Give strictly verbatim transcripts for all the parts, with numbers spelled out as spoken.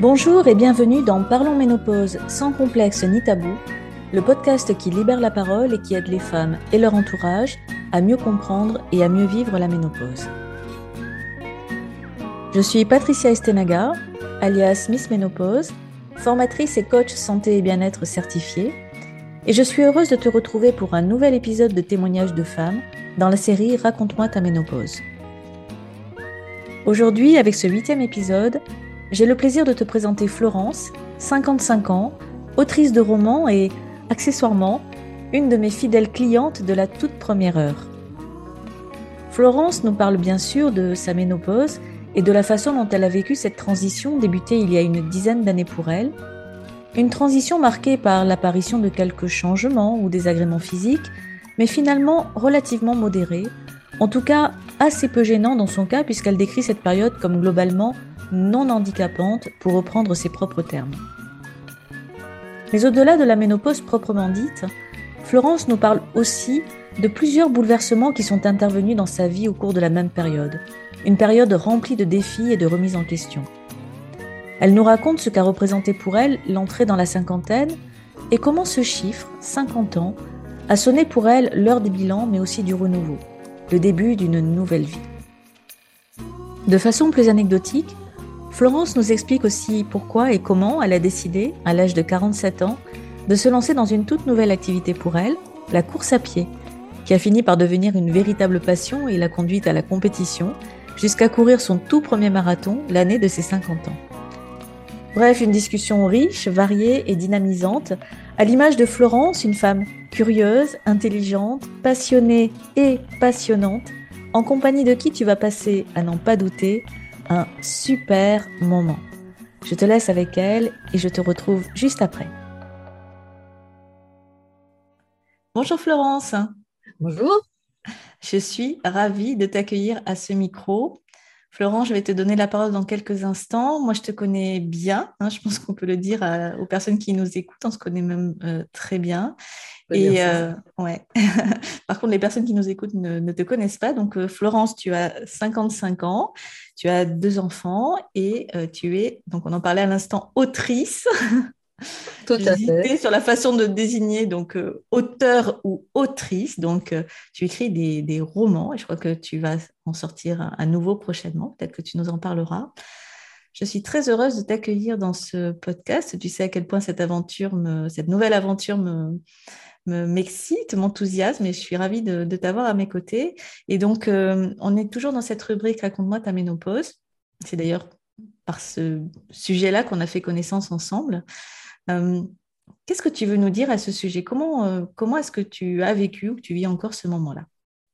Bonjour et bienvenue dans Parlons Ménopause sans complexe ni tabou, le podcast qui libère la parole et qui aide les femmes et leur entourage à mieux comprendre et à mieux vivre la ménopause. Je suis Patricia Estenaga, alias Miss Ménopause, formatrice et coach santé et bien-être certifiée, et je suis heureuse de te retrouver pour un nouvel épisode de témoignages de femmes dans la série Raconte-moi ta ménopause. Aujourd'hui, avec ce huitième épisode, j'ai le plaisir de te présenter Florence, cinquante-cinq ans, autrice de romans et, accessoirement, une de mes fidèles clientes de la toute première heure. Florence nous parle bien sûr de sa ménopause et de la façon dont elle a vécu cette transition débutée il y a une dizaine d'années pour elle. Une transition marquée par l'apparition de quelques changements ou désagréments physiques, mais finalement relativement modérés, en tout cas assez peu gênants dans son cas puisqu'elle décrit cette période comme globalement non handicapante, pour reprendre ses propres termes. Mais au-delà de la ménopause proprement dite, Florence nous parle aussi de plusieurs bouleversements qui sont intervenus dans sa vie au cours de la même période, une période remplie de défis et de remises en question. Elle nous raconte ce qu'a représenté pour elle l'entrée dans la cinquantaine et comment ce chiffre, cinquante ans, a sonné pour elle l'heure des bilans mais aussi du renouveau, le début d'une nouvelle vie. De façon plus anecdotique, Florence nous explique aussi pourquoi et comment elle a décidé, à l'âge de quarante-sept ans, de se lancer dans une toute nouvelle activité pour elle, la course à pied, qui a fini par devenir une véritable passion et l'a conduite à la compétition, jusqu'à courir son tout premier marathon l'année de ses cinquante ans. Bref, une discussion riche, variée et dynamisante, à l'image de Florence, une femme curieuse, intelligente, passionnée et passionnante, en compagnie de qui tu vas passer, à n'en pas douter, un super moment. Je te laisse avec elle et je te retrouve juste après. Bonjour Florence. Bonjour. Je suis ravie de t'accueillir à ce micro. Florence, je vais te donner la parole dans quelques instants. Moi, je te connais bien, hein, je pense qu'on peut le dire à, aux personnes qui nous écoutent, on se connaît même euh, très bien. Et euh, ouais. Par contre, les personnes qui nous écoutent ne, ne te connaissent pas. Donc, euh, Florence, tu as cinquante-cinq ans, tu as deux enfants et euh, tu es, donc on en parlait à l'instant, autrice. Tout à J'hésitais fait. sur la façon de désigner, donc euh, auteur ou autrice. Donc, euh, tu écris des, des romans et je crois que tu vas en sortir un, un nouveau prochainement. Peut-être que tu nous en parleras. Je suis très heureuse de t'accueillir dans ce podcast. Tu sais à quel point cette aventure, me, cette nouvelle aventure me, me, m'excite, m'enthousiasme et je suis ravie de, de t'avoir à mes côtés. Et donc, euh, on est toujours dans cette rubrique Raconte-moi ta ménopause. C'est d'ailleurs par ce sujet-là qu'on a fait connaissance ensemble. Euh, qu'est-ce que tu veux nous dire à ce sujet? Comment, euh, comment est-ce que tu as vécu ou que tu vis encore ce moment-là?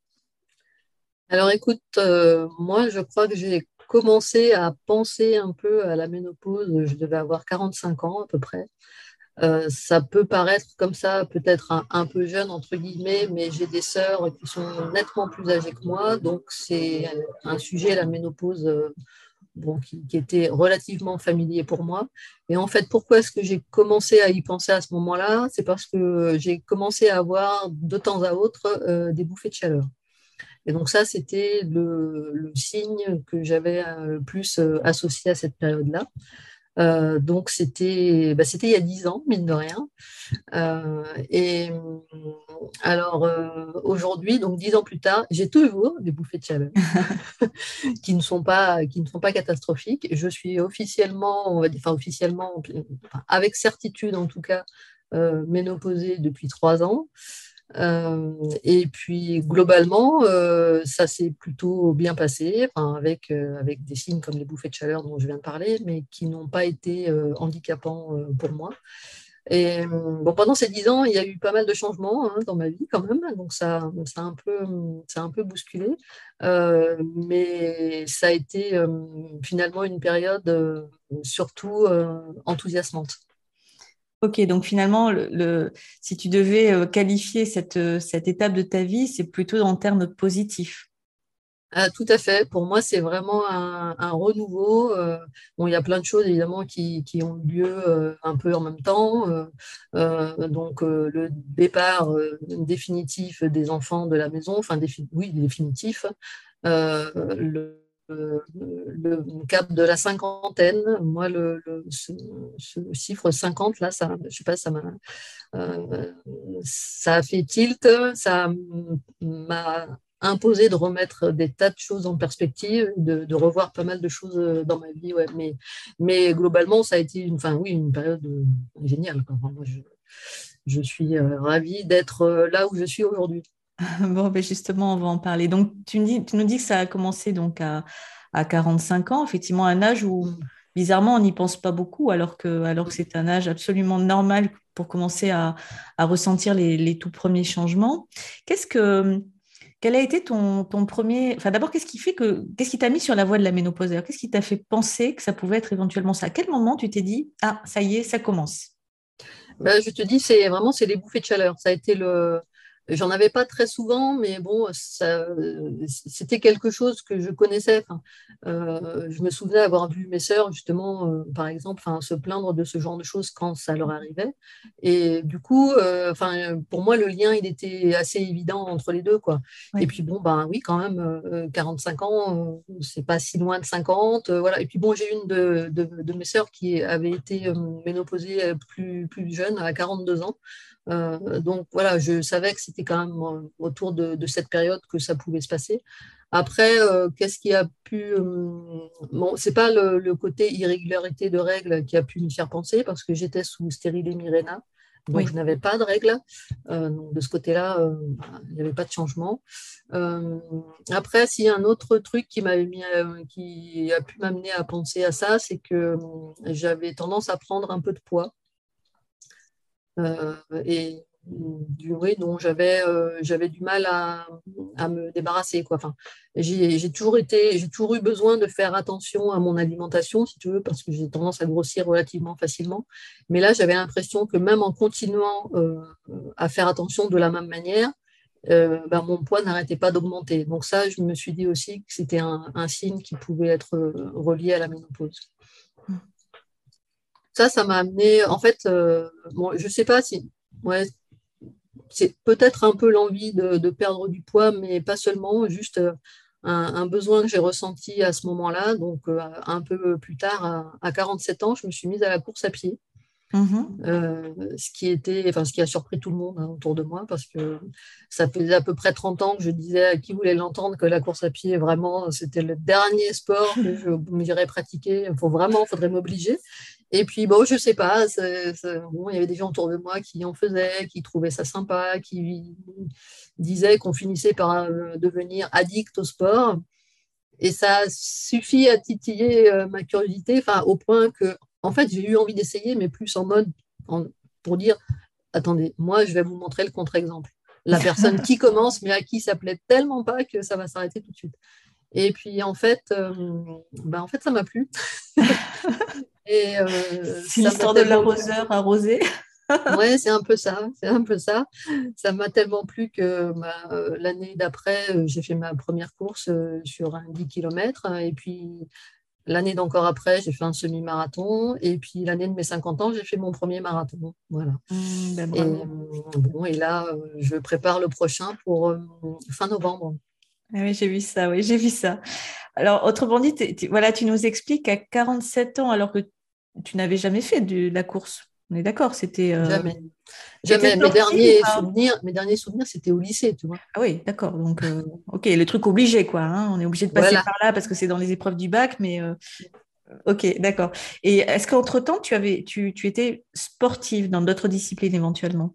Alors écoute, euh, moi je crois que j'ai commencé à penser un peu à la ménopause, je devais avoir quarante-cinq ans à peu près. Euh, ça peut paraître comme ça, peut-être un, un peu jeune entre guillemets, mais j'ai des sœurs qui sont nettement plus âgées que moi, donc c'est un sujet, la ménopause, euh, bon, qui, qui était relativement familier pour moi. Et en fait, pourquoi est-ce que j'ai commencé à y penser à ce moment-là? C'est parce que j'ai commencé à avoir de temps à autre euh, des bouffées de chaleur. Et donc ça, c'était le, le signe que j'avais euh, le plus euh, associé à cette période-là. Euh, donc c'était bah, c'était il y a dix ans, mine de rien. Euh, et alors euh, aujourd'hui, donc dix ans plus tard, j'ai toujours des bouffées de chaleur qui ne sont pas qui ne sont pas catastrophiques. Je suis officiellement, on va dire, enfin officiellement, enfin, avec certitude en tout cas, euh, ménopausée depuis trois ans. Euh, et puis globalement, euh, ça s'est plutôt bien passé, enfin, avec, euh, avec des signes comme les bouffées de chaleur dont je viens de parler, mais qui n'ont pas été euh, handicapants euh, pour moi. Et bon, pendant ces dix ans, il y a eu pas mal de changements hein, dans ma vie quand même, donc ça, ça, a, un peu, ça a un peu bousculé. Euh, mais ça a été euh, finalement une période euh, surtout euh, enthousiasmante. Ok, donc finalement, le, le- si tu devais euh, qualifier cette, euh, cette étape de ta vie, c'est plutôt en termes positifs. Ah, tout à fait. Pour moi, c'est vraiment un, un renouveau. Euh, bon, il y a plein de choses évidemment qui, qui ont eu lieu euh, un peu en même temps. Euh, euh, donc, euh, le départ euh, définitif des enfants de la maison, enfin, défi- oui, définitif. Euh, le, le cap de la cinquantaine. Moi, le, le- ce, ce chiffre cinquante, là, ça, je sais pas, ça m'a, euh, ça a fait tilt, ça m'a imposé de remettre des tas de choses en perspective, de, de revoir pas mal de choses dans ma vie. Ouais. Mais, mais globalement, ça a été une, enfin, oui, une période euh, géniale, quoi. Enfin, moi, je, je suis euh, ravie d'être euh, là où je suis aujourd'hui. Bon, ben justement, on va en parler. Donc, tu, me dis, tu nous dis que ça a commencé donc à, à quarante-cinq ans, effectivement, un âge où, Mm. bizarrement, on n'y pense pas beaucoup, alors que, alors que c'est un âge absolument normal pour commencer à, à ressentir les, les tout premiers changements. Qu'est-ce que, quel a été ton, ton premier... Enfin, d'abord, qu'est-ce qui fait que... Qu'est-ce qui t'a mis sur la voie de la ménopause? D'ailleurs, qu'est-ce qui t'a fait penser que ça pouvait être éventuellement ça? À quel moment tu t'es dit, ah, ça y est, ça commence? Ben, je te dis, c'est vraiment c'est les bouffées de chaleur. Ça a été le. J'en avais pas très souvent, mais bon, ça, c'était quelque chose que je connaissais. Enfin, euh, je me souvenais avoir vu mes sœurs, justement, euh, par exemple, enfin, se plaindre de ce genre de choses quand ça leur arrivait. Et du coup, euh, enfin, pour moi, le lien, il était assez évident entre les deux, quoi. Et Oui. puis, bon, ben oui, quand même, euh, quarante-cinq ans, euh, c'est pas si loin de cinquante. Euh, voilà. Et puis, bon, j'ai une de, de, de mes sœurs qui avait été euh, ménopausée euh, plus, plus jeune, à quarante-deux ans. Euh, donc voilà, je savais que c'était quand même euh, autour de, de cette période que ça pouvait se passer. Après, euh, qu'est-ce qui a pu... euh, bon, c'est pas le, le côté irrégularité de règles qui a pu me faire penser, parce que j'étais sous stérilet Mirena, donc je Oui. n'avais pas de règles. Euh, donc de ce côté-là, euh, il n'y avait pas de changement. Euh, après, s'il y a un autre truc qui m'avait mis, euh, qui a pu m'amener à penser à ça, c'est que euh, j'avais tendance à prendre un peu de poids. Euh, et du oui, dont j'avais euh, j'avais du mal à, à me débarrasser, quoi. Enfin, j'ai j'ai toujours été, j'ai toujours eu besoin de faire attention à mon alimentation, si tu veux, parce que j'ai tendance à grossir relativement facilement. Mais là, j'avais l'impression que même en continuant euh, à faire attention de la même manière, euh, ben, mon poids n'arrêtait pas d'augmenter. Donc ça, je me suis dit aussi que c'était un, un signe qui pouvait être euh, relié à la ménopause. Ça, ça m'a amené, en fait, euh, bon, je sais pas si, ouais, c'est peut-être un peu l'envie de, de perdre du poids, mais pas seulement, juste euh, un, un besoin que j'ai ressenti à ce moment-là. Donc, euh, un peu plus tard, à, à quarante-sept ans, je me suis mise à la course à pied. Mhm. Euh, ce qui était, enfin, ce qui a surpris tout le monde, hein, autour de moi, parce que ça faisait à peu près trente ans que je disais à qui voulait l'entendre que la course à pied, vraiment, c'était le dernier sport que je m'irais pratiquer. Il faut vraiment, faudrait m'obliger. Et puis, bon, je sais pas, c'est- c'est- bon, il y avait des gens autour de moi qui en faisaient, qui trouvaient ça sympa, qui disaient qu'on finissait par euh, devenir addict au sport. Et ça suffit à titiller euh, ma curiosité, enfin, au point que, en fait, j'ai eu envie d'essayer, mais plus en mode en- pour dire, attendez, moi, je vais vous montrer le contre-exemple. La personne qui commence, mais à qui ça plaît tellement pas que ça va s'arrêter tout de suite. Et puis, en fait, euh, ben, en fait ça m'a plu. Et euh, C'est ça m'a l'histoire de tellement plu. l'arroseur arrosé. Ouais, c'est un peu ça, c'est un peu ça. Ça m'a tellement plu que bah, euh, l'année d'après, euh, j'ai fait ma première course euh, sur un dix kilomètres. Et puis l'année d'encore après, j'ai fait un semi-marathon. Et puis l'année de mes cinquante ans, j'ai fait mon premier marathon. Voilà. Mm, ben Et, bravo. euh, bon, et là, euh, je prépare le prochain pour euh, fin novembre. Ah oui, j'ai vu ça, oui, j'ai vu ça. Alors, autrement dit, t'es- t'es- voilà, tu nous expliques qu'à quarante-sept ans, alors que tu n'avais jamais fait de la course, on est d'accord, c'était... Euh... Jamais. T'étais Jamais. Mes sportive ou derniers pas? souvenirs, mes derniers souvenirs, c'était au lycée, tu vois. Ah oui, d'accord, donc, euh, ok, le truc obligé, quoi, hein, on est obligé de passer Voilà. par là parce que c'est dans les épreuves du bac, mais euh, ok, d'accord. Et est-ce qu'entre-temps, tu avais, tu, tu étais sportive dans d'autres disciplines éventuellement?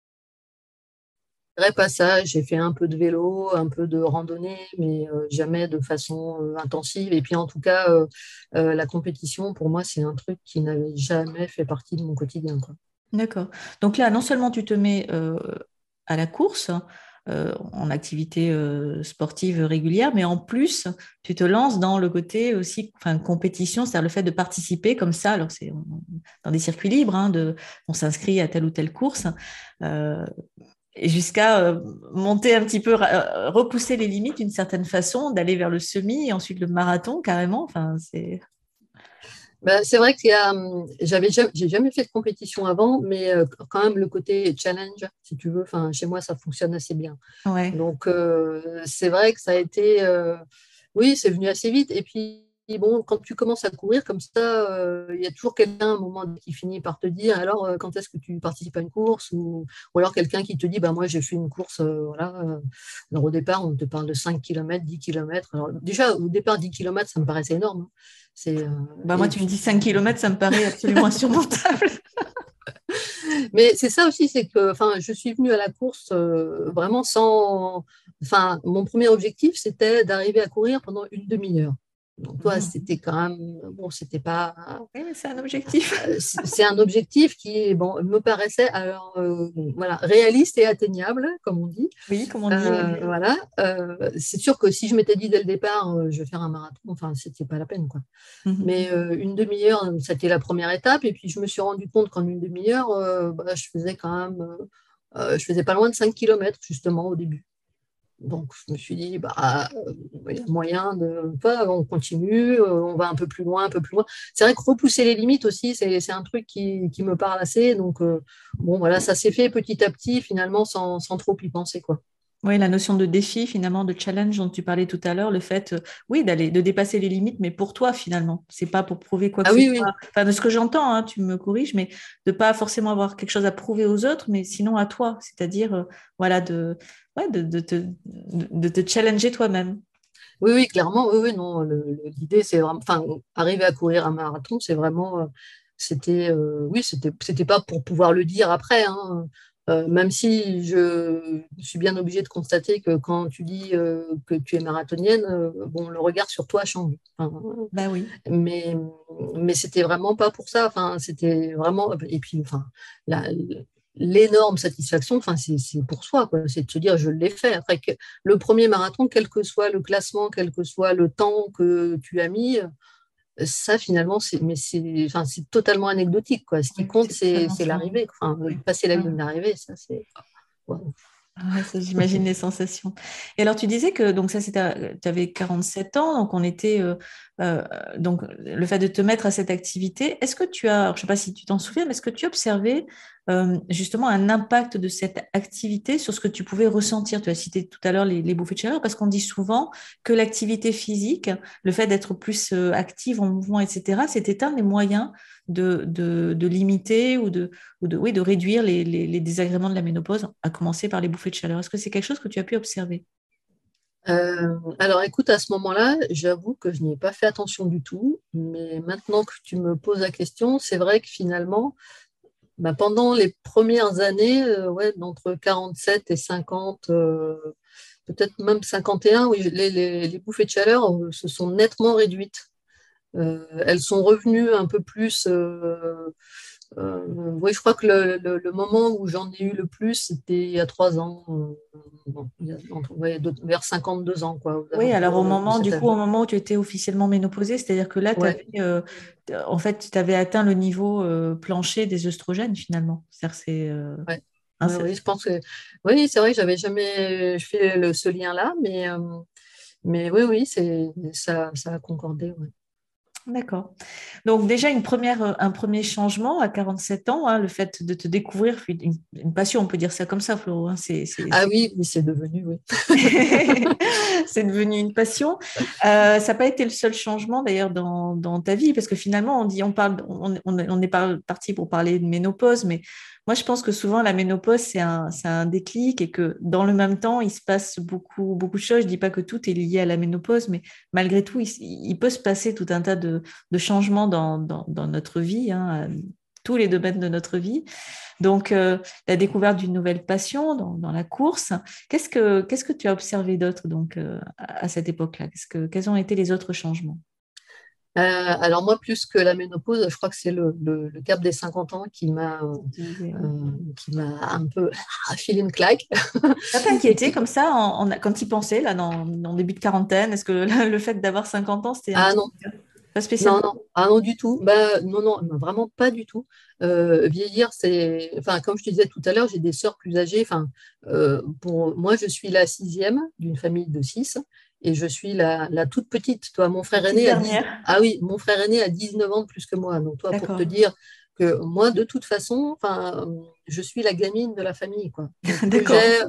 Vrai passage, j'ai fait un peu de vélo, un peu de randonnée, mais euh, jamais de façon euh, intensive. Et puis en tout cas, euh, euh, la compétition, pour moi, c'est un truc qui n'avait jamais fait partie de mon quotidien, quoi. D'accord. Donc là, non seulement tu te mets euh, à la course, euh, en activité euh, sportive régulière, mais en plus, tu te lances dans le côté aussi, enfin, compétition, c'est-à-dire le fait de participer comme ça. Alors, c'est dans des circuits libres, hein, de, on s'inscrit à telle ou telle course, euh, et jusqu'à euh, monter un petit peu, euh, repousser les limites d'une certaine façon, d'aller vers le semi et ensuite le marathon carrément. Enfin, c'est. Ben, c'est vrai qu'il y a, hum, j'avais jamais, j'ai jamais fait de compétition avant, mais euh, quand même le côté challenge, si tu veux, enfin, chez moi, ça fonctionne assez bien. Ouais. Donc, euh, c'est vrai que ça a été, euh, oui, c'est venu assez vite. Et puis, bon, quand tu commences à courir comme ça, euh, il y a toujours quelqu'un à un moment qui finit par te dire, alors, euh, quand est-ce que tu participes à une course ou, ou alors quelqu'un qui te dit, bah, moi, j'ai fait une course, euh, voilà. euh. Alors, au départ, on te parle de cinq kilomètres, dix kilomètres. Alors, déjà, au départ, dix kilomètres, ça me paraissait énorme, hein. C'est, euh, Bah, moi, et tu me puis, dis cinq kilomètres, ça me paraît absolument insurmontable. mais c'est ça aussi, c'est que, enfin, je suis venue à la course euh, vraiment sans. Enfin, mon premier objectif, c'était d'arriver à courir pendant une demi-heure. Donc, toi, Mhm. c'était quand même. Bon, c'était pas. Oui, mais c'est un objectif. euh, C'est un objectif qui, bon, me paraissait alors, euh, voilà, réaliste et atteignable, comme on dit. Oui, comme on dit. Euh, Oui. voilà. Euh, c'est sûr que si je m'étais dit dès le départ, euh, je vais faire un marathon, enfin, c'était pas la peine, quoi. Mhm. Mais euh, une demi-heure, c'était la première étape. Et puis, je me suis rendu compte qu'en une demi-heure, euh, bah, je faisais quand même, euh, euh, je faisais pas loin de cinq kilomètres, justement, au début. Donc, je me suis dit, bah, euh, il y a moyen de, pas, on continue, euh, on va un peu plus loin, un peu plus loin. C'est vrai que repousser les limites aussi, c'est, c'est un truc qui, qui me parle assez. Donc, euh, bon, voilà, ça s'est fait petit à petit, finalement, sans, sans trop y penser, quoi. Oui, la notion de défi, finalement, de challenge dont tu parlais tout à l'heure, le fait, euh, oui, d'aller, de dépasser les limites, mais pour toi, finalement. C'est pas pour prouver quoi que Ah ce oui, soit. oui. Enfin, de ce que j'entends, hein, tu me corriges, mais de pas forcément avoir quelque chose à prouver aux autres, mais sinon à toi. C'est-à-dire, euh, voilà, de, ouais, de, de te, de, de te challenger toi-même. Oui, oui, clairement, oui, oui, non. le- le- L'idée, c'est vraiment, enfin, arriver à courir un marathon, c'est vraiment, euh, c'était, euh, oui, c'était, c'était pas pour pouvoir le dire après, hein. Euh, même si je suis bien obligée de constater que quand tu dis euh, que tu es marathonienne, euh, bon, le regard sur toi change. Enfin, Bah oui. mais mais c'était vraiment pas pour ça. Enfin, c'était vraiment. Et puis, enfin, la- l'énorme satisfaction, enfin, c'est c'est pour soi, quoi. C'est de se dire, je l'ai fait. Après que le premier marathon, quel que soit le classement, quel que soit le temps que tu as mis, ça finalement, c'est mais c'est enfin, c'est totalement anecdotique, quoi. Ce qui Oui, compte, c'est c'est totalement c'est sûr. l'arrivée. Enfin, Oui. passer la Ouais. ligne d'arrivée, ça, c'est. Wow. Ouais, ça, j'imagine les sensations. Et alors, tu disais que donc ça, c'était, tu avais quarante-sept ans, donc on était euh, euh, donc le fait de te mettre à cette activité. Est-ce que tu as, alors, je ne sais pas si tu t'en souviens, mais est-ce que tu as observé euh, justement un impact de cette activité sur ce que tu pouvais ressentir? Tu as cité tout à l'heure les, les bouffées de chaleur, parce qu'on dit souvent que l'activité physique, le fait d'être plus euh, active en mouvement, et cetera, c'était un des moyens de, de, de limiter ou de ou de, oui, de réduire les, les, les désagréments de la ménopause, à commencer par les bouffées de chaleur. Est-ce que c'est quelque chose que tu as pu observer? Euh, alors écoute, à ce moment-là, j'avoue que je n'y ai pas fait attention du tout, mais maintenant que tu me poses la question, c'est vrai que finalement, bah, pendant les premières années, euh, ouais, d'entre quarante-sept et cinquante, euh, peut-être même cinquante et un, oui, les, les- les bouffées de chaleur euh, se sont nettement réduites. Euh, elles sont revenues un peu plus. euh, euh, oui, je crois que le, le- le moment où j'en ai eu le plus, c'était il y a trois ans, euh, bon, il y a- entre- ouais, de- vers cinquante-deux ans, quoi, aux Oui, alors alentours au de, de moment, cet du coup, au âge-là. moment où tu étais officiellement ménopausée, c'est-à-dire que là, tu Ouais. avais, euh, en fait, tu avais atteint le niveau euh, plancher des œstrogènes, finalement. C'est-à-dire que c'est, euh, Ouais. hein, Ouais, c'est- oui, je pense que oui, c'est vrai que j'avais jamais fait le, ce lien-là, mais, euh, mais oui, oui, c'est ça, ça a concordé. Ouais. D'accord. Donc déjà, une première, euh, un premier changement à quarante-sept ans, hein, le fait de te découvrir, une, une passion, on peut dire ça comme ça, Flo, hein, c'est, c'est, Ah oui, oui, c'est devenu, oui. c'est devenu une passion. Euh, ça n'a pas été le seul changement d'ailleurs dans, dans ta vie, parce que finalement, on dit, on parle, on, on, on est par- parti pour parler de ménopause, mais moi, je pense que souvent la ménopause, c'est un, c'est un déclic et que dans le même temps, il se passe beaucoup, beaucoup de choses. Je dis pas que tout est lié à la ménopause, mais malgré tout, il, il peut se passer tout un tas de, de changements dans, dans, dans notre vie, hein, à tous les domaines de notre vie. Donc, euh, la découverte d'une nouvelle passion dans, dans la course. Qu'est-ce que, qu'est-ce que tu as observé d'autre donc, euh, à, à cette époque-là? Qu'est-ce que, quels ont été les autres changements? Euh, alors moi, plus que la ménopause, je crois que c'est le, le, le cap des cinquante ans qui m'a Tu disais, oui. euh, qui m'a un peu filé une claque. Ça t'a Et inquiété qui... comme ça en, en- quand tu y pensais, là, dans, dans le début de quarantaine? Est-ce que le fait d'avoir cinquante ans, c'était un Ah petit non, peu... Pas non, spécialement? non, ah non du tout. Bah, non, non, non, vraiment pas du tout. Euh, vieillir, c'est, enfin, comme je te disais tout à l'heure, j'ai des sœurs plus âgées. Enfin, euh, pour moi, je suis la sixième d'une famille de six et je suis la, la toute petite. Toi, mon La frère petite aîné a dix. dernière. Ah oui, mon frère aîné a dix-neuf ans de plus que moi. Donc toi, pour te D'accord. dire que moi, de toute façon, enfin, je suis la gamine de la famille, quoi. Donc que D'accord. j'ai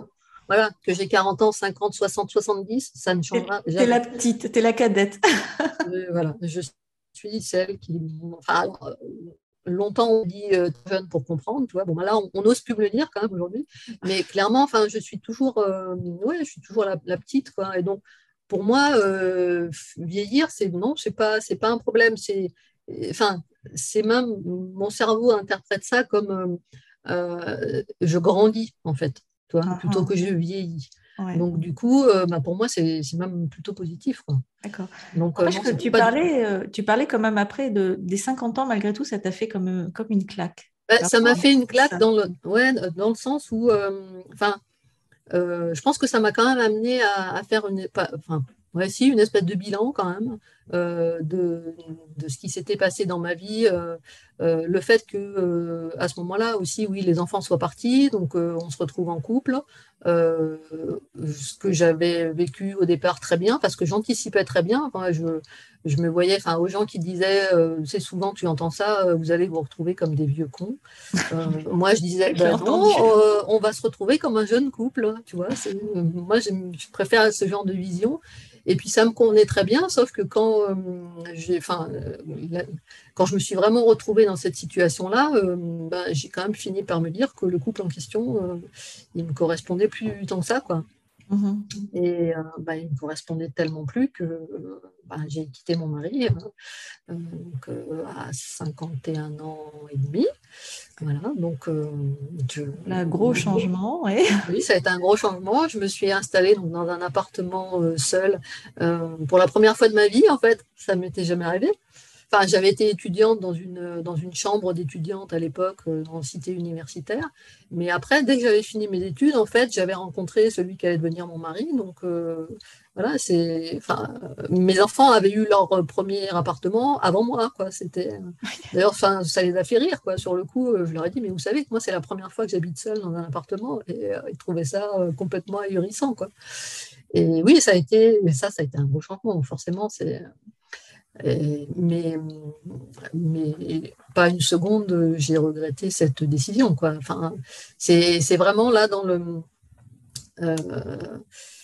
voilà, que j'ai quarante ans, cinquante, soixante, soixante-dix, ça ne T'es, changera t'es la jamais. petite, t'es la cadette. Je, voilà, je suis celle qui. Enfin, alors, euh, longtemps on dit euh, trop jeune pour comprendre, tu vois. Bon, ben là, on n'ose plus me le dire quand même aujourd'hui. Mais clairement, enfin, je suis toujours, euh, ouais, je suis toujours la, la petite, quoi. Et donc, pour moi, euh, vieillir, c'est non, c'est pas, c'est pas un problème. C'est, enfin, c'est même mon cerveau interprète ça comme euh, euh, je grandis en fait, tu vois, plutôt que Mhm. je vieillis. Ouais, Donc, du coup, euh, bah, pour moi, c'est c'est même plutôt positif, quoi. d'accord. Donc, euh, N'empêche non, que c'est tu pas du tout. parlais, euh, tu parlais quand même après de, des cinquante ans, malgré tout, ça t'a fait comme, euh, comme une claque. Bah, Alors, ça m'a comment fait une claque ça? dans le, ouais, dans le sens où, euh, enfin, euh, je pense que ça m'a quand même amené à, à faire une, pas- enfin, ouais, si, une espèce de bilan quand même euh, de, de ce qui s'était passé dans ma vie. Euh, euh, le fait que euh, à ce moment-là aussi, oui, les enfants soient partis, donc euh, on se retrouve en couple. Euh, ce que j'avais vécu au départ très bien, parce que j'anticipais très bien. Enfin, je, je me voyais, enfin, aux gens qui disaient, euh, c'est souvent tu entends ça, euh, vous allez vous retrouver comme des vieux cons. Euh, moi, je disais, Je l'ai ben non, entendu. euh, on va se retrouver comme un jeune couple, hein, tu vois. C'est, euh, moi, j'aime- je préfère ce genre de vision. Et puis, ça me convenait très bien, sauf que quand, euh, j'ai, enfin, euh, la- quand je me suis vraiment retrouvée dans cette situation-là, euh, ben, j'ai quand même fini par me dire que le couple en question, euh, il me correspondait plus tant que ça, quoi. Mhm. Et euh, ben, il me correspondait tellement plus que euh, ben, j'ai quitté mon mari euh, donc, euh, à cinquante et un ans et demi. Voilà, donc euh, je, Là, gros changement, ouais. oui, ça a été un gros changement. Je me suis installée donc, dans un appartement euh, seul euh, pour la première fois de ma vie, en fait. Ça ne m'était jamais arrivé. Enfin, j'avais été étudiante dans une, dans une chambre d'étudiante à l'époque, euh, en cité universitaire. Mais après, dès que j'avais fini mes études, en fait, j'avais rencontré celui qui allait devenir mon mari. Donc, euh, voilà, c'est, enfin, euh, mes enfants avaient eu leur euh, premier appartement avant moi, quoi. C'était, euh, d'ailleurs, enfin, ça les a fait rire, quoi. Sur le coup, euh, je leur ai dit, mais vous savez que moi, c'est la première fois que j'habite seule dans un appartement. Et euh, ils trouvaient ça euh, complètement ahurissant, quoi. Et oui, ça a été, ça, ça a été un gros changement. Forcément, c'est, et- mais, mais pas une seconde, j'ai regretté cette décision, quoi. Enfin, c'est, c'est vraiment là dans le, euh,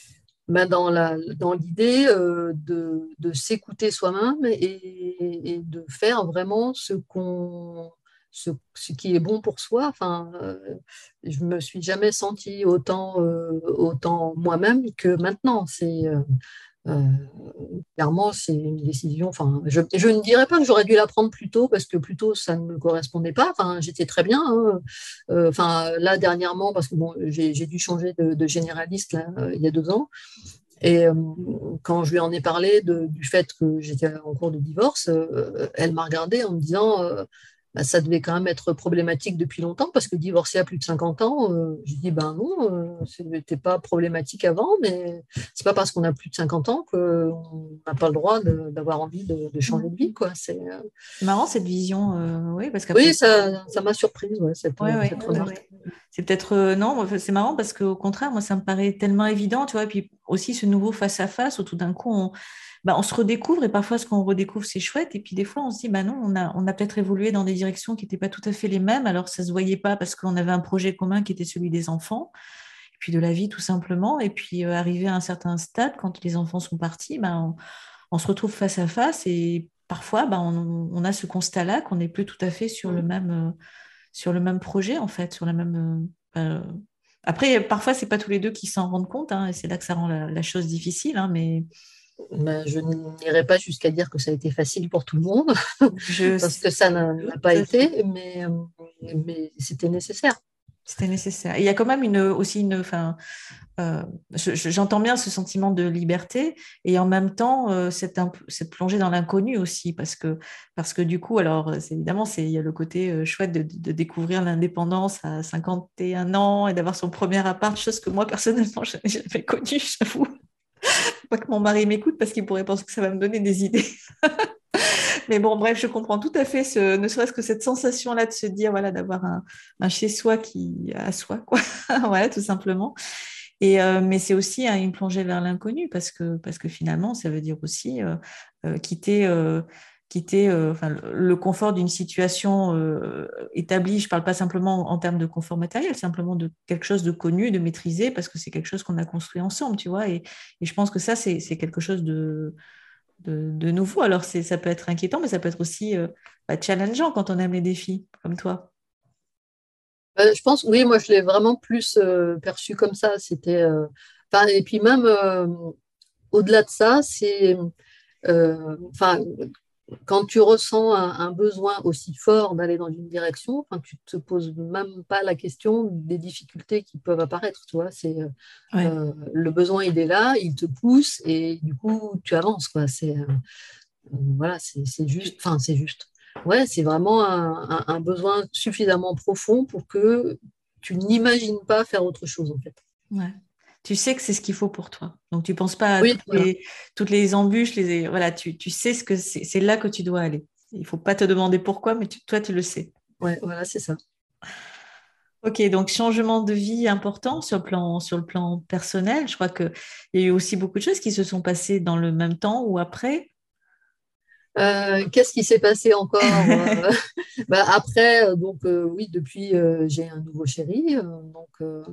ben dans la, dans l'idée euh, de, de s'écouter soi-même et, et de faire vraiment ce qu'on, ce, ce qui est bon pour soi. Enfin, euh, je me suis jamais sentie autant, euh, autant moi-même que maintenant. C'est euh, euh, clairement, c'est une décision. Enfin, je, je ne dirais pas que j'aurais dû la prendre plus tôt parce que plus tôt ça ne me correspondait pas. Enfin, j'étais très bien, hein. Euh, enfin, là dernièrement, parce que bon, j'ai j'ai dû changer de, de généraliste là, euh, il y a deux ans. Et euh, quand je lui en ai parlé de- du fait que j'étais en cours de divorce, euh, elle m'a regardé en me disant euh, bah, ça devait quand même être problématique depuis longtemps parce que divorcer à plus de cinquante ans, euh, je dis ben non, euh, ce n'était pas problématique avant, mais c'est pas parce qu'on a plus de cinquante ans qu'on n'a pas le droit de- d'avoir envie de, de changer de vie, quoi. C'est, euh, C'est marrant cette vision, euh, oui, parce oui, qu'après, ça, ça m'a surprise, ouais, cette, ouais, ouais, cette ouais, remarque. ouais. C'est peut-être euh, non, enfin, c'est marrant parce qu'au contraire, moi, ça me paraît tellement évident, tu vois. Et puis aussi ce nouveau face à face où tout d'un coup, on, bah, on se redécouvre et parfois ce qu'on redécouvre, c'est chouette. Et puis des fois, on se dit, bah non, on a, on a peut-être évolué dans des directions qui n'étaient pas tout à fait les mêmes. Alors ça se voyait pas parce qu'on avait un projet commun qui était celui des enfants, et puis de la vie tout simplement. Et puis euh, arrivé à un certain stade, quand les enfants sont partis, bah, on, on se retrouve face à face et parfois, bah, on, on a ce constat-là qu'on n'est plus tout à fait sur le Mm. même. euh, sur le même projet, en fait, sur la même. euh, euh, Après, parfois, c'est pas tous les deux qui s'en rendent compte, hein, et c'est là que ça rend la, la chose difficile, hein, mais Ben, je n'irai pas jusqu'à dire que ça a été facile pour tout le monde, je parce que ça n'a n'a pas doute. été, mais, euh, mais c'était nécessaire. C'était nécessaire. Et il y a quand même une, aussi une, enfin, euh, je- je- j'entends bien ce sentiment de liberté et en même temps euh, cette, imp- cette plongée dans l'inconnu aussi parce que, parce que du coup, alors euh, c'est évidemment, c'est, il y a le côté euh, chouette de, de découvrir l'indépendance à cinquante et un ans et d'avoir son premier appart, chose que moi personnellement, je n'ai jamais connue, j'avoue. Pas que mon mari m'écoute parce qu'il pourrait penser que ça va me donner des idées. Mais bon, bref, je comprends tout à fait, ce, ne serait-ce que cette sensation-là de se dire, voilà, d'avoir un, un chez-soi qui à soi, quoi. Voilà, tout simplement. Et, euh, mais c'est aussi hein, une plongée vers l'inconnu parce que, parce que finalement, ça veut dire aussi euh, euh, quitter, euh, quitter euh, enfin, le, le confort d'une situation euh, établie. Je ne parle pas simplement en termes de confort matériel, simplement de quelque chose de connu, de maîtrisé, parce que c'est quelque chose qu'on a construit ensemble, tu vois. Et, et je pense que ça, c'est, c'est quelque chose de, de, de nouveau. Alors, c'est, ça peut être inquiétant, mais ça peut être aussi euh, bah, challengeant quand on aime les défis, comme toi. Euh, je pense, oui, moi je l'ai vraiment plus euh, perçu comme ça. C'était, euh, enfin, et puis même euh, au-delà de ça, c'est, euh, enfin, quand tu ressens un, un besoin aussi fort d'aller dans une direction, enfin, tu te poses même pas la question des difficultés qui peuvent apparaître. Tu vois, c'est euh, Ouais. euh, le besoin, il est là, il te pousse et du coup tu avances, quoi. C'est euh, voilà, c'est c'est juste, enfin, c'est juste. Ouais, c'est vraiment un, un- un besoin suffisamment profond pour que tu n'imagines pas faire autre chose, en fait. Ouais. Tu sais que c'est ce qu'il faut pour toi. Donc, tu ne penses pas à Oui, toutes voilà. les, toutes les embûches. Les, voilà, tu, tu sais ce que c'est, c'est là que tu dois aller. Il ne faut pas te demander pourquoi, mais tu- toi, tu le sais. Ouais, voilà, c'est ça. Ok, donc changement de vie important sur le plan, sur le plan personnel. Je crois qu'il y a eu aussi beaucoup de choses qui se sont passées dans le même temps ou après. Euh, qu'est-ce qui s'est passé encore euh, bah, après, euh, donc euh, oui, depuis, euh, j'ai un nouveau chéri. Euh, donc, euh,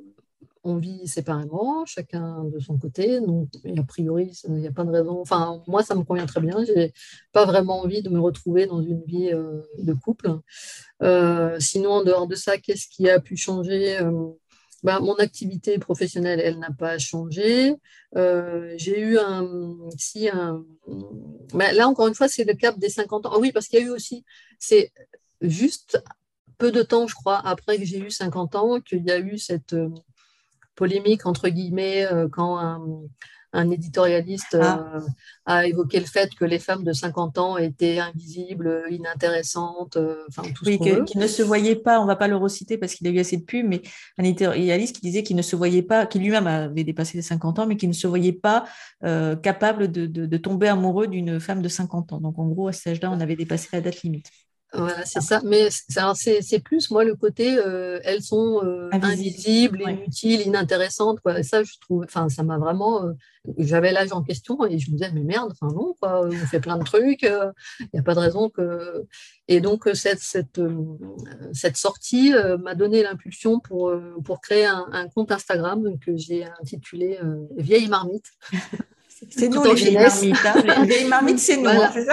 on vit séparément, chacun de son côté. Donc, et a priori, il n'y a pas de raison. Enfin, moi, ça me convient très bien. J'ai pas vraiment envie de me retrouver dans une vie euh, de couple. Euh, sinon, en dehors de ça, qu'est-ce qui a pu changer? Euh, ben, mon activité professionnelle, elle n'a pas changé. Euh, j'ai eu un, si un, ben, là encore une fois, c'est le cap des cinquante ans. Ah oui, parce qu'il y a eu aussi, c'est juste peu de temps, je crois, après que j'ai eu cinquante ans, qu'il y a eu cette euh, polémique, entre guillemets, euh, quand un, un éditorialiste Ah, euh, a évoqué le fait que les femmes de cinquante ans étaient invisibles, inintéressantes, euh, enfin tout ce oui, qu'on que- veut. qui ne se voyait pas, on ne va pas le reciter parce qu'il a eu assez de pubs, mais un éditorialiste qui disait qu'il ne se voyait pas, qui lui-même avait dépassé les cinquante ans, mais qui ne se voyait pas euh, capable de, de- de tomber amoureux d'une femme de cinquante ans. Donc, en gros, à cet âge-là, on avait dépassé la date limite. Voilà, c'est ça. Mais c'est c'est plus, moi, le côté, euh, elles sont euh, Invisible. invisibles, Ouais. inutiles, inintéressantes, quoi. Et ça, je trouve, enfin, ça m'a vraiment. euh, J'avais l'âge en question et je me disais, mais merde, enfin, non, quoi, on fait plein de trucs, il n'y a pas de raison que. Et donc, euh, cette, cette, euh, cette sortie euh, m'a donné l'impulsion pour, euh, pour créer un, un compte Instagram que j'ai intitulé euh, Vieille Marmite, C'est nous tout en les vieilles finesse. marmites, hein. Les vieilles marmites, c'est nous, hein, Voilà. c'est ça?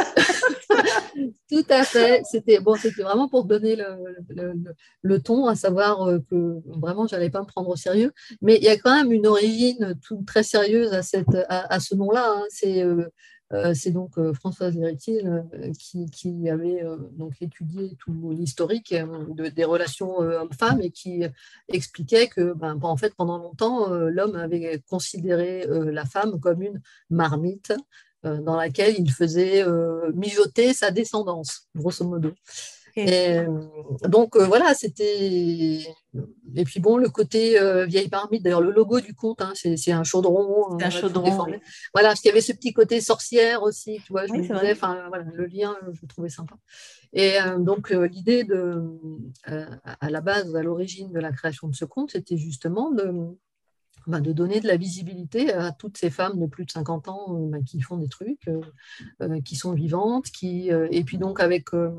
Tout à fait. C'était bon, c'était vraiment pour donner le, le- le- le ton, à savoir euh, que vraiment, j'allais pas me prendre au sérieux. Mais il y a quand même une origine tout, très sérieuse à, cette, à, à ce nom-là, hein. C'est euh, euh, c'est donc euh, Françoise Héritier euh, qui, qui avait euh, donc étudié tout l'historique euh, de- des relations euh, hommes-femmes et qui expliquait que, ben, en fait, pendant longtemps, euh, l'homme avait considéré euh, la femme comme une marmite euh, dans laquelle il faisait euh, mijoter sa descendance, grosso modo. Ok. Et euh, donc euh, voilà, c'était. Et puis bon, le côté euh, vieille marmite, d'ailleurs, le logo du compte, hein, c'est c'est un chaudron C'est un euh, tout chaudron, oui. déformé. Voilà, parce qu'il y avait ce petit côté sorcière aussi, tu vois, je Oui, me c'est disais, vrai. enfin voilà, le lien, je le trouvais sympa. Et euh, donc, euh, l'idée de, euh, à la base, à l'origine de la création de ce compte, c'était justement de, bah, de donner de la visibilité à toutes ces femmes de plus de cinquante ans euh, bah, qui font des trucs, euh, euh, qui sont vivantes, qui, euh, et puis donc avec euh,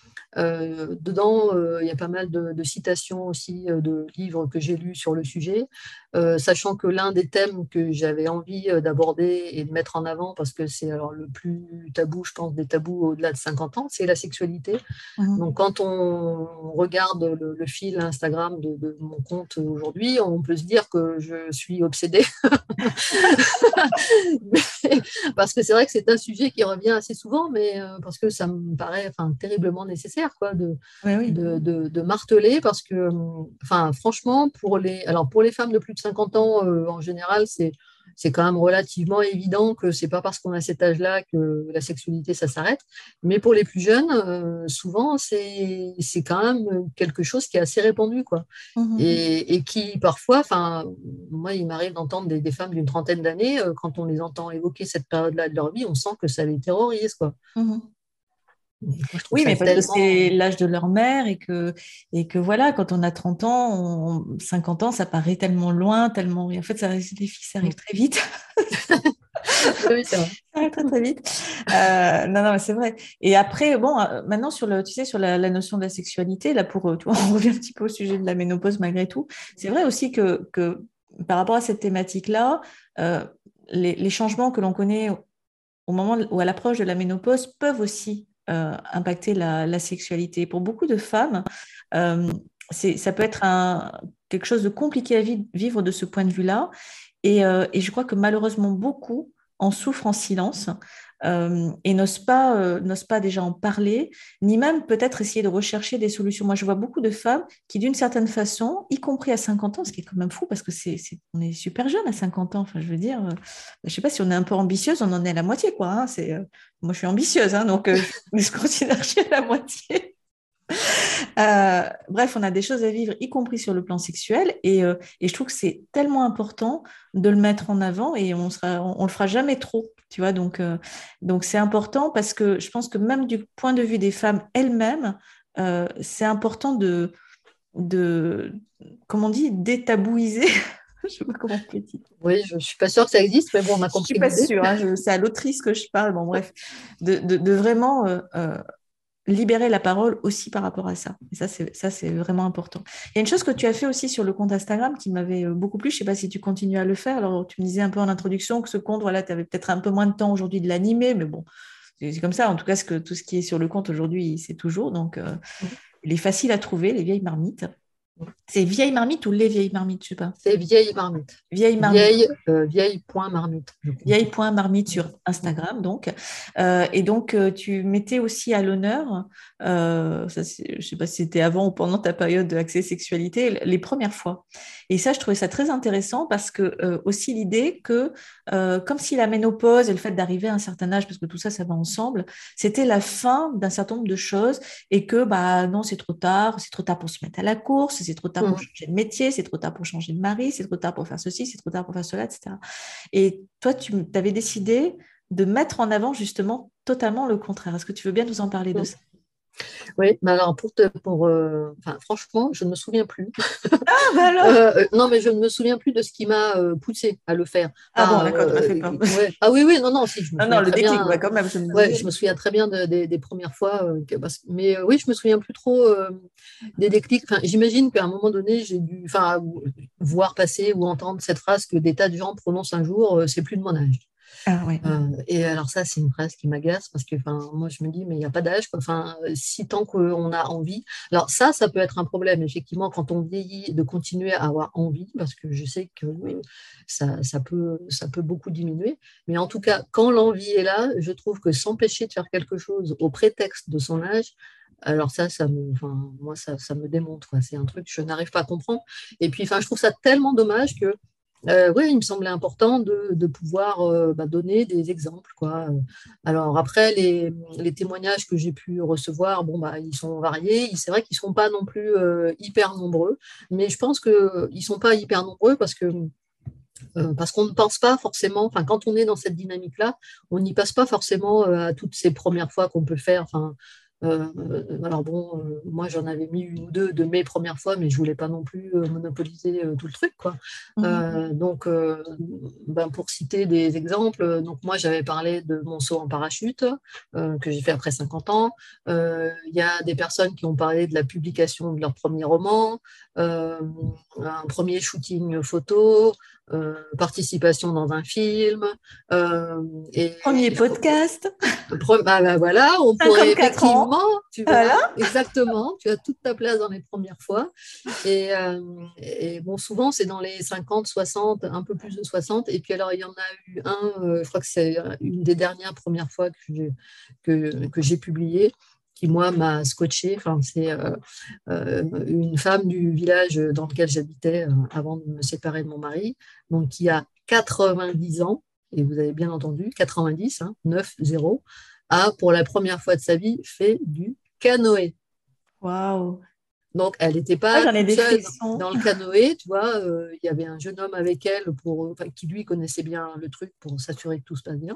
euh, dedans, euh, il y a pas mal de, de citations aussi euh, de livres que j'ai lus sur le sujet, euh, sachant que l'un des thèmes que j'avais envie euh, d'aborder et de mettre en avant, parce que c'est alors le plus tabou, je pense, des tabous au-delà de cinquante ans, c'est la sexualité. Mhm. Donc, quand on regarde le, le fil Instagram de, de mon compte aujourd'hui, on peut se dire que je suis obsédée. Mais- parce que c'est vrai que c'est un sujet qui revient assez souvent, mais euh, parce que ça me paraît enfin, terriblement nécessaire quoi, de, Oui, oui. de, de, de marteler. Parce que, enfin, franchement, pour les, alors pour les femmes de plus de cinquante ans, euh, en général, c'est c'est quand même relativement évident que c'est pas parce qu'on a cet âge-là que la sexualité ça s'arrête. Mais pour les plus jeunes, euh, souvent c'est c'est quand même quelque chose qui est assez répandu quoi. Mhm. Et, et qui parfois, enfin moi il m'arrive d'entendre des, des femmes d'une trentaine d'années euh, quand on les entend évoquer cette période-là de leur vie, on sent que ça les terrorise quoi. Mhm. Et moi je trouve Oui, ça mais parce que c'est tellement. l'âge de leur mère et que, et que voilà, quand on a trente ans, on- cinquante ans, ça paraît tellement loin, tellement. Et en fait, ça, les filles, ça arrive très vite. Oui, c'est vrai. Ça va très très vite. Euh, non, non, mais c'est vrai. Et après, bon, euh, maintenant sur le, tu sais, sur la, la notion de la sexualité, là pour, euh, tu vois, on revient un petit peu au sujet de la ménopause malgré tout. C'est vrai aussi que, que par rapport à cette thématique-là, euh, les, les changements que l'on connaît au moment ou à l'approche de la ménopause peuvent aussi euh, impacter la, la sexualité. Pour beaucoup de femmes, euh, c'est, ça peut être un, quelque chose de compliqué à vi- vivre de ce point de vue-là. Et, euh, et je crois que malheureusement, beaucoup en souffrent en silence euh, et n'osent pas, euh, n'osent pas déjà en parler, ni même peut-être essayer de rechercher des solutions. Moi, je vois beaucoup de femmes qui, d'une certaine façon, y compris à cinquante ans, ce qui est quand même fou parce que c'est, c'est, on est super jeune à cinquante ans. Enfin, je veux dire, euh, je ne sais pas si on est un peu ambitieuse, on en est à la moitié, quoi. Hein. C'est, euh, moi, je suis ambitieuse, hein, donc euh, je, je considère que j'ai la moitié. Euh, bref, on a des choses à vivre, y compris sur le plan sexuel, et, euh, et je trouve que c'est tellement important de le mettre en avant et on sera, on, on le fera jamais trop, tu vois. Donc, euh, donc c'est important parce que je pense que même du point de vue des femmes elles-mêmes, euh, c'est important de, de, comment on dit, détabouiser. Je sais pas comment on peut dire. Oui, je ne suis pas sûre que ça existe, mais bon, on a Je suis compris pas l'idée. sûre, hein, je- c'est à l'autrice que je parle. Bon, bref, de, de, de vraiment euh, euh, libérer la parole aussi par rapport à ça. Et ça, c'est, ça, c'est vraiment important. Il y a une chose que tu as fait aussi sur le compte Instagram qui m'avait euh, beaucoup plu. Je ne sais pas si tu continues à le faire. Alors, tu me disais un peu en introduction que ce compte, voilà, tu avais peut-être un peu moins de temps aujourd'hui de l'animer, mais bon, c'est c'est comme ça. En tout cas, ce que, tout ce qui est sur le compte aujourd'hui, c'est toujours. Donc, euh, il est facile à trouver, les vieilles marmites. C'est vieilles marmites ou les vieilles marmites, je sais pas. C'est vieille marmite. Vieilles marmites. Vieille, euh, vieille point marmite, je crois. Vieille.marmite sur Instagram, donc. Euh, et donc, euh, tu mettais aussi à l'honneur, euh, ça, c'est- je ne sais pas si c'était avant ou pendant ta période d'accès sexualité, les premières fois. Et ça, je trouvais ça très intéressant parce que euh, aussi l'idée que, euh, comme si la ménopause et le fait d'arriver à un certain âge, parce que tout ça, ça va ensemble, c'était la fin d'un certain nombre de choses et que, bah non, c'est trop tard, c'est trop tard pour se mettre à la course, c'est trop tard pour Mhm. changer de métier, c'est trop tard pour changer de mari, c'est trop tard pour faire ceci, c'est trop tard pour faire cela, et cetera. Et toi, tu avais décidé de mettre en avant justement totalement le contraire. Est-ce que tu veux bien nous en parler de Mhm. ça? Oui, mais alors pour te, pour, euh, enfin, franchement, je ne me souviens plus. Ah, bah alors! Euh, non, mais je ne me souviens plus de ce qui m'a euh, poussé à le faire. Ah bon, Enfin, d'accord, tu m'as euh, fait peur. ouais. Ah oui, oui, non, non, si, je me Non, non, souviens le très déclic, ouais, bien. quand même, je me Ouais, disais. je me souviens très bien de- des des premières fois. euh, que- parce- mais euh, oui, je me souviens plus trop euh, des déclics. Enfin, j'imagine qu'à un moment donné, j'ai dû, enfin, voir passer ou entendre cette phrase que des tas de gens prononcent un jour, euh, c'est plus de mon âge. Ah ouais. Euh, et alors ça, c'est une phrase qui m'agace parce que enfin, moi, je me dis, mais il n'y a pas d'âge, quoi. Enfin, euh, si tant qu'on a envie. Alors ça, ça peut être un problème, effectivement, quand on vieillit, de continuer à avoir envie, parce que je sais que euh, ça, ça peut, ça peut beaucoup diminuer. Mais en tout cas, quand l'envie est là, je trouve que s'empêcher de faire quelque chose au prétexte de son âge, alors ça, ça me, enfin, moi, ça, ça me démonte, quoi. C'est un truc que je n'arrive pas à comprendre. Et puis, enfin, je trouve ça tellement dommage que euh, oui, il me semblait important de, de pouvoir euh, bah, donner des exemples, quoi. Alors après, les, les témoignages que j'ai pu recevoir, bon, bah, ils sont variés. C'est vrai qu'ils ne sont pas non plus euh, hyper nombreux, mais je pense qu'ils ne sont pas hyper nombreux parce que euh, parce qu'on ne pense pas forcément, enfin, quand on est dans cette dynamique-là, on n'y passe pas forcément euh, à toutes ces premières fois qu'on peut faire. Enfin, euh, euh, alors bon, euh, moi j'en avais mis une ou deux de mes premières fois, mais je voulais pas non plus euh, monopoliser euh, tout le truc, quoi. Mhm. Euh, donc, euh, ben, pour citer des exemples, donc moi j'avais parlé de mon saut en parachute euh, que j'ai fait après cinquante ans. Euh, Il y a des personnes qui ont parlé de la publication de leur premier roman, euh, un premier shooting photo, euh, participation dans un film. Euh, et Premier je, podcast, bah, bah, voilà, on pourrait cinquante-quatre ans. effectivement, tu vois, Voilà. exactement, tu as toute ta place dans les premières fois. Et, euh, et bon, souvent, c'est dans les cinquante, soixante, un peu plus de soixante. Et puis, alors, il y en a eu un, euh, je crois que c'est une des dernières premières fois que j'ai, que, que j'ai publié, qui, moi, m'a scotché. Enfin, c'est euh, euh, une femme du village dans lequel j'habitais euh, avant de me séparer de mon mari, donc qui a quatre-vingt-dix ans, et vous avez bien entendu, quatre-vingt-dix, hein, neuf zéro, a pour la première fois de sa vie fait du canoë. Waouh. Donc, elle n'était Moi, pas j'en ai toute des seule frissons. dans le canoë, tu vois. euh, Il y avait un jeune homme avec elle pour, enfin, qui lui connaissait bien le truc pour s'assurer que tout se passe bien.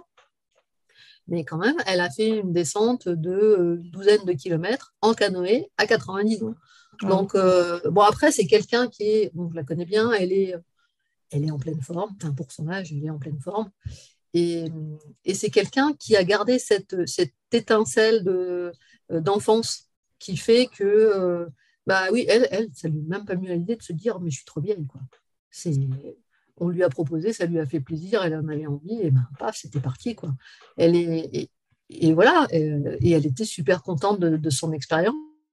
Mais quand même, elle a fait une descente de euh, une douzaine de kilomètres en canoë à quatre-vingt-dix ans. Waouh. Donc, euh, bon, après, c'est quelqu'un qui est, bon, je la connais bien, elle est, elle est en pleine forme, enfin, pour son âge, elle est en pleine forme. et, et c'est quelqu'un qui a gardé cette, cette étincelle de, d'enfance qui fait que, euh, bah oui, elle, elle ça lui est même pas mis à l'idée de se dire, mais je suis trop vieille, quoi. C'est, on lui a proposé, ça lui a fait plaisir, elle en avait envie, et ben, paf, c'était parti, quoi. Elle est, et, et voilà, et, et elle était super contente de, de son expérience.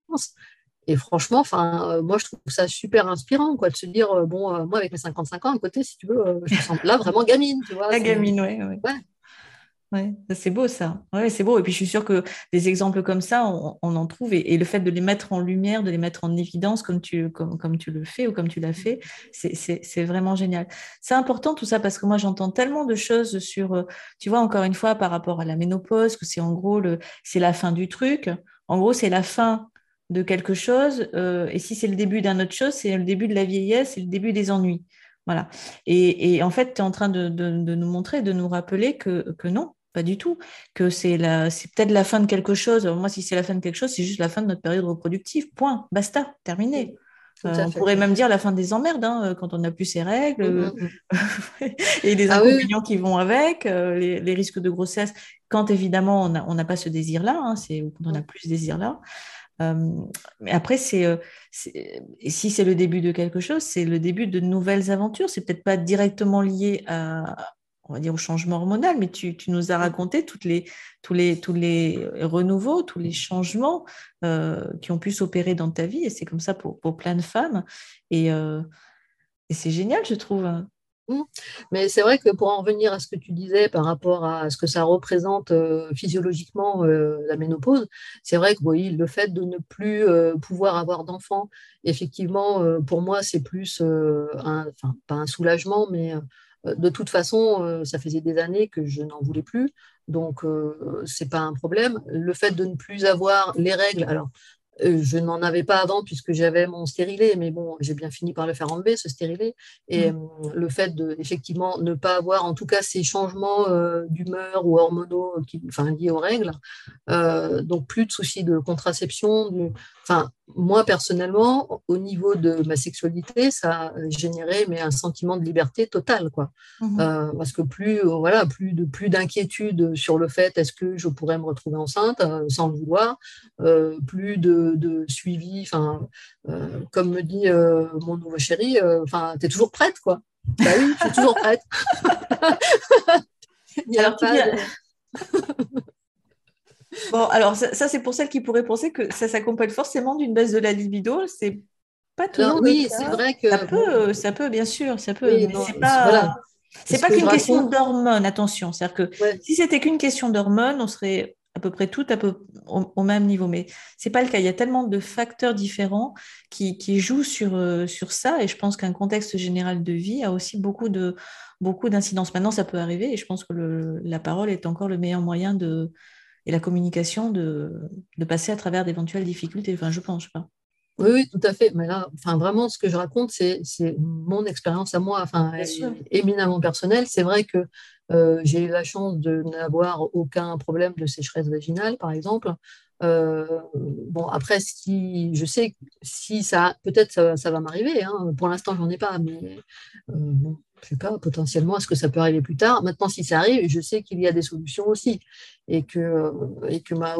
Et franchement, enfin, euh, moi, je trouve ça super inspirant, quoi, de se dire, euh, bon, euh, moi, avec mes cinquante-cinq ans à côté, si tu veux, euh, je me sens là vraiment gamine, tu vois. La C'est, gamine, ouais, ouais. ouais. Ouais, c'est beau ça. Ouais, c'est beau. Et puis je suis sûre que des exemples comme ça, on, on en trouve. Et, et le fait de les mettre en lumière, de les mettre en évidence comme tu, comme, comme tu le fais ou comme tu l'as fait, c'est, c'est, c'est vraiment génial. C'est important tout ça parce que moi j'entends tellement de choses sur, euh, tu vois, encore une fois, par rapport à la ménopause, que c'est en gros, le, c'est la fin du truc. En gros, c'est la fin de quelque chose. Euh, et si c'est le début d'une autre chose, c'est le début de la vieillesse, c'est le début des ennuis. Voilà. Et, et en fait, tu es en train de, de, de nous montrer, de nous rappeler que, que non. Pas du tout. Que c'est la, c'est peut-être la fin de quelque chose. Moi, si c'est la fin de quelque chose, c'est juste la fin de notre période reproductive. Point. Basta. Terminé. Tout Euh, à on fait. pourrait même dire la fin des emmerdes, hein, quand on n'a plus ses règles Mm, euh, mm, mm. et les Ah oui, oui. inconvénients qui vont avec, euh, les, les risques de grossesse, quand évidemment on n'a on n'a pas ce désir-là, hein, c'est, ou quand on n'a Mm. plus ce désir-là. Euh, mais après, c'est, euh, c'est- et si c'est le début de quelque chose, c'est le début de nouvelles aventures. C'est peut-être pas directement lié à, on va dire, au changement hormonal, mais tu, tu nous as Mm. raconté toutes les, tous les, tous les renouveaux, tous les changements euh, qui ont pu s'opérer dans ta vie. Et c'est comme ça pour, pour plein de femmes. Et, euh, et c'est génial, je trouve. Mm. Mais c'est vrai que pour en revenir à ce que tu disais par rapport à ce que ça représente euh, physiologiquement euh, la ménopause, c'est vrai que oui, le fait de ne plus euh, pouvoir avoir d'enfants, effectivement, euh, pour moi, c'est plus euh, un, enfin, pas un soulagement, mais euh, de toute façon, euh, ça faisait des années que je n'en voulais plus, donc euh, c'est pas un problème. Le fait de ne plus avoir les règles, alors euh, je n'en avais pas avant puisque j'avais mon stérilet, mais bon, j'ai bien fini par le faire enlever, ce stérilet. Et euh, Mm. le fait de, effectivement, ne pas avoir, en tout cas, ces changements euh, d'humeur ou hormonaux qui, enfin, liés aux règles, euh, donc plus de soucis de contraception. Du, enfin, moi, personnellement, au niveau de ma sexualité, ça a généré mais, un sentiment de liberté totale, quoi. Mhm. Euh, parce que plus, euh, voilà, plus de plus d'inquiétude sur le fait est-ce que je pourrais me retrouver enceinte euh, sans le vouloir, euh, plus de, de suivi, enfin, euh, comme me dit euh, mon nouveau chéri, euh, enfin, t'es toujours prête, quoi. Bah oui, je suis toujours prête. Il n'y a Alors, tu dis, pas de. bon, alors ça, ça, c'est pour celles qui pourraient penser que ça s'accompagne forcément d'une baisse de la libido. C'est pas Alors toujours le oui, c'est cas. vrai Ça que bon, peut, ça peut, bien sûr, ça peut, oui, mais non, c'est pas, voilà, c'est ce pas que je qu'une question raconte, d'hormones. Attention, c'est-à-dire que ouais. si c'était qu'une question d'hormones, on serait à peu près toutes à peu au, au même niveau. Mais c'est pas le cas. Il y a tellement de facteurs différents qui, qui jouent sur, euh, sur ça, et je pense qu'un contexte général de vie a aussi beaucoup de beaucoup d'incidences. Maintenant, ça peut arriver, et je pense que le, la parole est encore le meilleur moyen de et la communication de, de passer à travers d'éventuelles difficultés. Enfin, je pense, je sais pas. Oui, oui, tout à fait. Mais là, enfin, vraiment, ce que je raconte, c'est, c'est mon expérience à moi. Enfin, Bien elle sûr. est éminemment personnelle. C'est vrai que euh, j'ai eu la chance de n'avoir aucun problème de sécheresse vaginale, par exemple. Euh, bon, après, si je sais que si ça, peut-être ça, ça va m'arriver. Hein. Pour l'instant, j'en ai pas, mais euh, bon, je sais pas. Potentiellement, est-ce que ça peut arriver plus tard? Maintenant, si ça arrive, je sais qu'il y a des solutions aussi, et que et que ma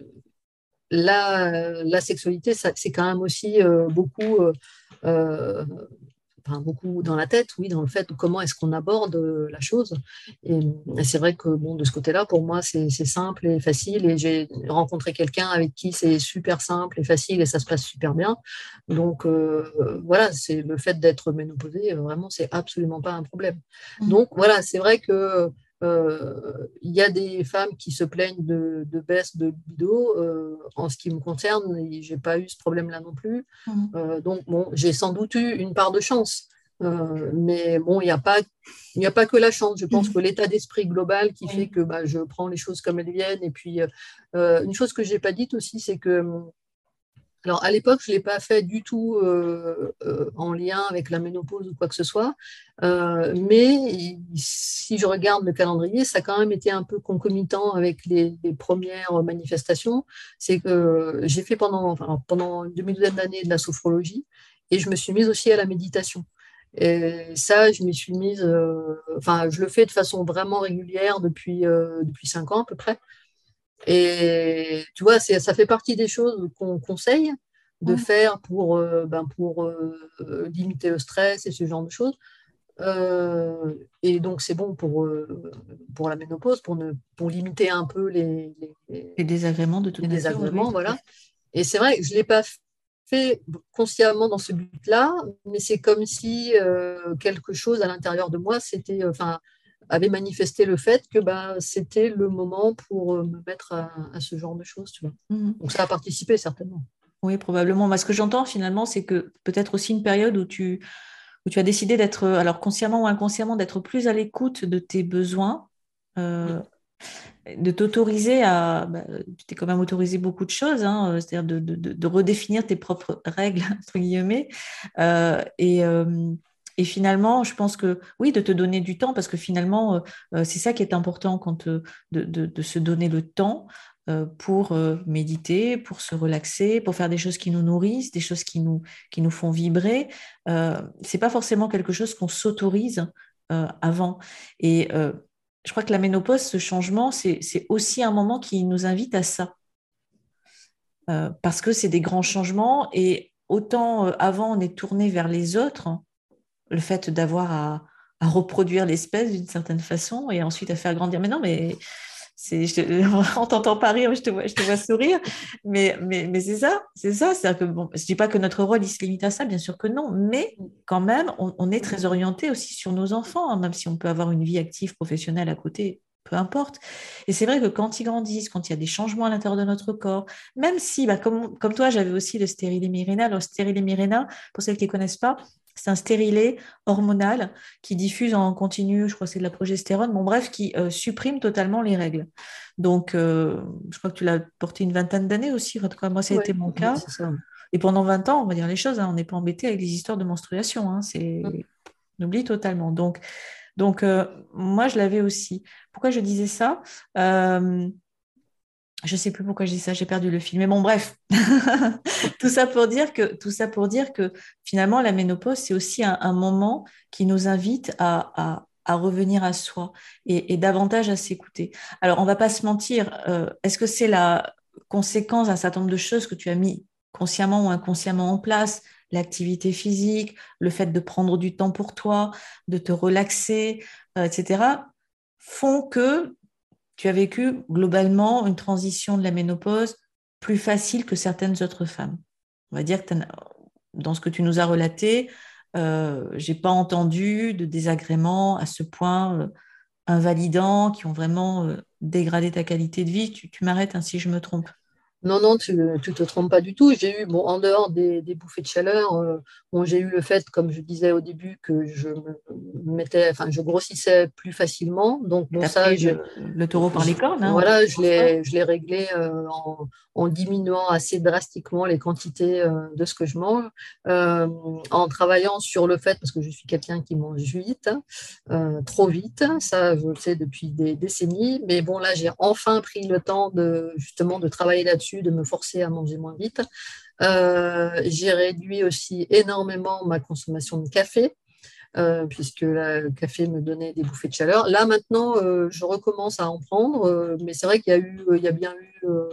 la, la sexualité, ça, c'est quand même aussi euh, beaucoup, euh, euh, enfin, beaucoup dans la tête, oui, dans le fait de comment est-ce qu'on aborde euh, la chose. Et, et c'est vrai que bon, de ce côté-là, pour moi, c'est, c'est simple et facile. Et j'ai rencontré quelqu'un avec qui c'est super simple et facile et ça se passe super bien. Donc euh, voilà, c'est le fait d'être ménopausée, euh, vraiment, c'est absolument pas un problème. Mhm. Donc voilà, c'est vrai que euh, il y a des femmes qui se plaignent de, de baisse de libido. Euh, en ce qui me concerne, j'ai pas eu ce problème-là non plus. Mhm. Euh, donc bon, j'ai sans doute eu une part de chance. Euh, mais bon, il n'y a pas, il n'y a pas que la chance. Je pense que l'état d'esprit global qui fait Oui. que bah, je prends les choses comme elles viennent. Et puis, euh, une chose que je n'ai pas dite aussi, c'est que alors, à l'époque, je ne l'ai pas fait du tout euh, euh, en lien avec la ménopause ou quoi que ce soit. Euh, mais si je regarde le calendrier, ça a quand même été un peu concomitant avec les, les premières manifestations. C'est que j'ai fait pendant, enfin, pendant une demi-douzaine d'années de la sophrologie et je me suis mise aussi à la méditation. Et ça, je m'y suis mise, euh, enfin, je le fais de façon vraiment régulière depuis, euh, depuis cinq ans à peu près. Et tu vois, c'est, ça fait partie des choses qu'on conseille de Mhm. faire pour, euh, ben, pour euh, limiter le stress et ce genre de choses. Euh, et donc, c'est bon pour, euh, pour la ménopause, pour, ne, pour limiter un peu les, les, Les désagréments de les toute nature, oui, oui, désagréments. tout à Voilà. fait. Et c'est vrai que je ne l'ai pas fait consciemment dans ce but-là, mais c'est comme si euh, quelque chose à l'intérieur de moi c'était, euh, enfin, avait manifesté le fait que bah, c'était le moment pour euh, me mettre à, à ce genre de choses. Tu vois. Mhm. Donc ça a participé certainement. Oui, probablement. Moi, ce que j'entends finalement, c'est que peut-être aussi une période où tu, où tu as décidé d'être, euh, alors consciemment ou inconsciemment, d'être plus à l'écoute de tes besoins, euh, de t'autoriser à, bah, tu t'es quand même autorisé beaucoup de choses, hein, euh, c'est-à-dire de, de- de- de redéfinir tes propres règles, entre guillemets. Euh, et, euh, et finalement, je pense que oui, de te donner du temps, parce que finalement, euh, euh, c'est ça qui est important quand, euh, de, de- de se donner le temps euh, pour euh, méditer, pour se relaxer, pour faire des choses qui nous nourrissent, des choses qui nous, qui nous font vibrer. Euh, c'est pas forcément quelque chose qu'on s'autorise euh, avant. Et euh, je crois que la ménopause, ce changement, c'est, c'est aussi un moment qui nous invite à ça. Euh, parce que c'est des grands changements et autant euh, avant on est tourné vers les autres, hein, le fait d'avoir à, à reproduire l'espèce d'une certaine façon et ensuite à faire grandir. Mais non, mais c'est, je te- on t'entend pas rire, je te vois, je te vois sourire, mais, mais, mais c'est ça, c'est ça. C'est-à-dire que bon, je dis pas que notre rôle il se limite à ça, bien sûr que non, mais quand même, on, on est très orienté aussi sur nos enfants, hein, même si on peut avoir une vie active professionnelle à côté. Peu importe. Et c'est vrai que quand ils grandissent, quand il y a des changements à l'intérieur de notre corps, même si, bah, comme, comme toi, j'avais aussi le stérilet Mirena. Le stérilet Mirena, pour celles qui ne connaissent pas, c'est un stérilet hormonal qui diffuse en continu, je crois que c'est de la progestérone, bon bref, qui euh, supprime totalement les règles. Donc, euh, je crois que tu l'as porté une vingtaine d'années aussi, en tout cas, moi, ça a été Ouais, mon ouais, cas. c'est ça. Et pendant vingt ans, on va dire les choses, hein, on n'est pas embêté avec des histoires de menstruation, hein, c'est... on oublie totalement. Donc, donc euh, moi, je l'avais aussi. Pourquoi je disais ça? Euh, je ne sais plus pourquoi je dis ça, j'ai perdu le fil. Mais bon, bref, tout ça pour dire que, tout ça pour dire que finalement, la ménopause, c'est aussi un, un moment qui nous invite à, à- à revenir à soi et, et davantage à s'écouter. Alors, on ne va pas se mentir, euh, est-ce que c'est la conséquence d'un certain nombre de choses que tu as mis consciemment ou inconsciemment en place, l'activité physique, le fait de prendre du temps pour toi, de te relaxer, euh, et cetera, font que tu as vécu globalement une transition de la ménopause plus facile que certaines autres femmes. On va dire que dans ce que tu nous as relaté, euh, j'ai pas entendu de désagréments à ce point euh, invalidants qui ont vraiment euh, dégradé ta qualité de vie. Tu, tu m'arrêtes hein, si je me trompe. Non, non, tu ne te trompes pas du tout. J'ai eu, bon, en dehors des, des bouffées de chaleur, euh, bon, j'ai eu le fait, comme je disais au début, que je me mettais, enfin, je grossissais plus facilement. Donc, Tu bon, as ça, pris je, le, le taureau par je- les cornes, hein, en voilà, quelque je sorte. l'ai, je l'ai réglé euh, en, en diminuant assez drastiquement les quantités euh, de ce que je mange, euh, en travaillant sur le fait, parce que je suis quelqu'un qui mange vite, euh, trop vite, ça, je le sais depuis des décennies. Mais bon, là, j'ai enfin pris le temps de justement de travailler là-dessus, de me forcer à manger moins vite. Euh, j'ai réduit aussi énormément ma consommation de café, euh, puisque là, le café me donnait des bouffées de chaleur. Là, maintenant, euh, je recommence à en prendre, euh, mais c'est vrai qu'il y a eu, il y a bien eu euh,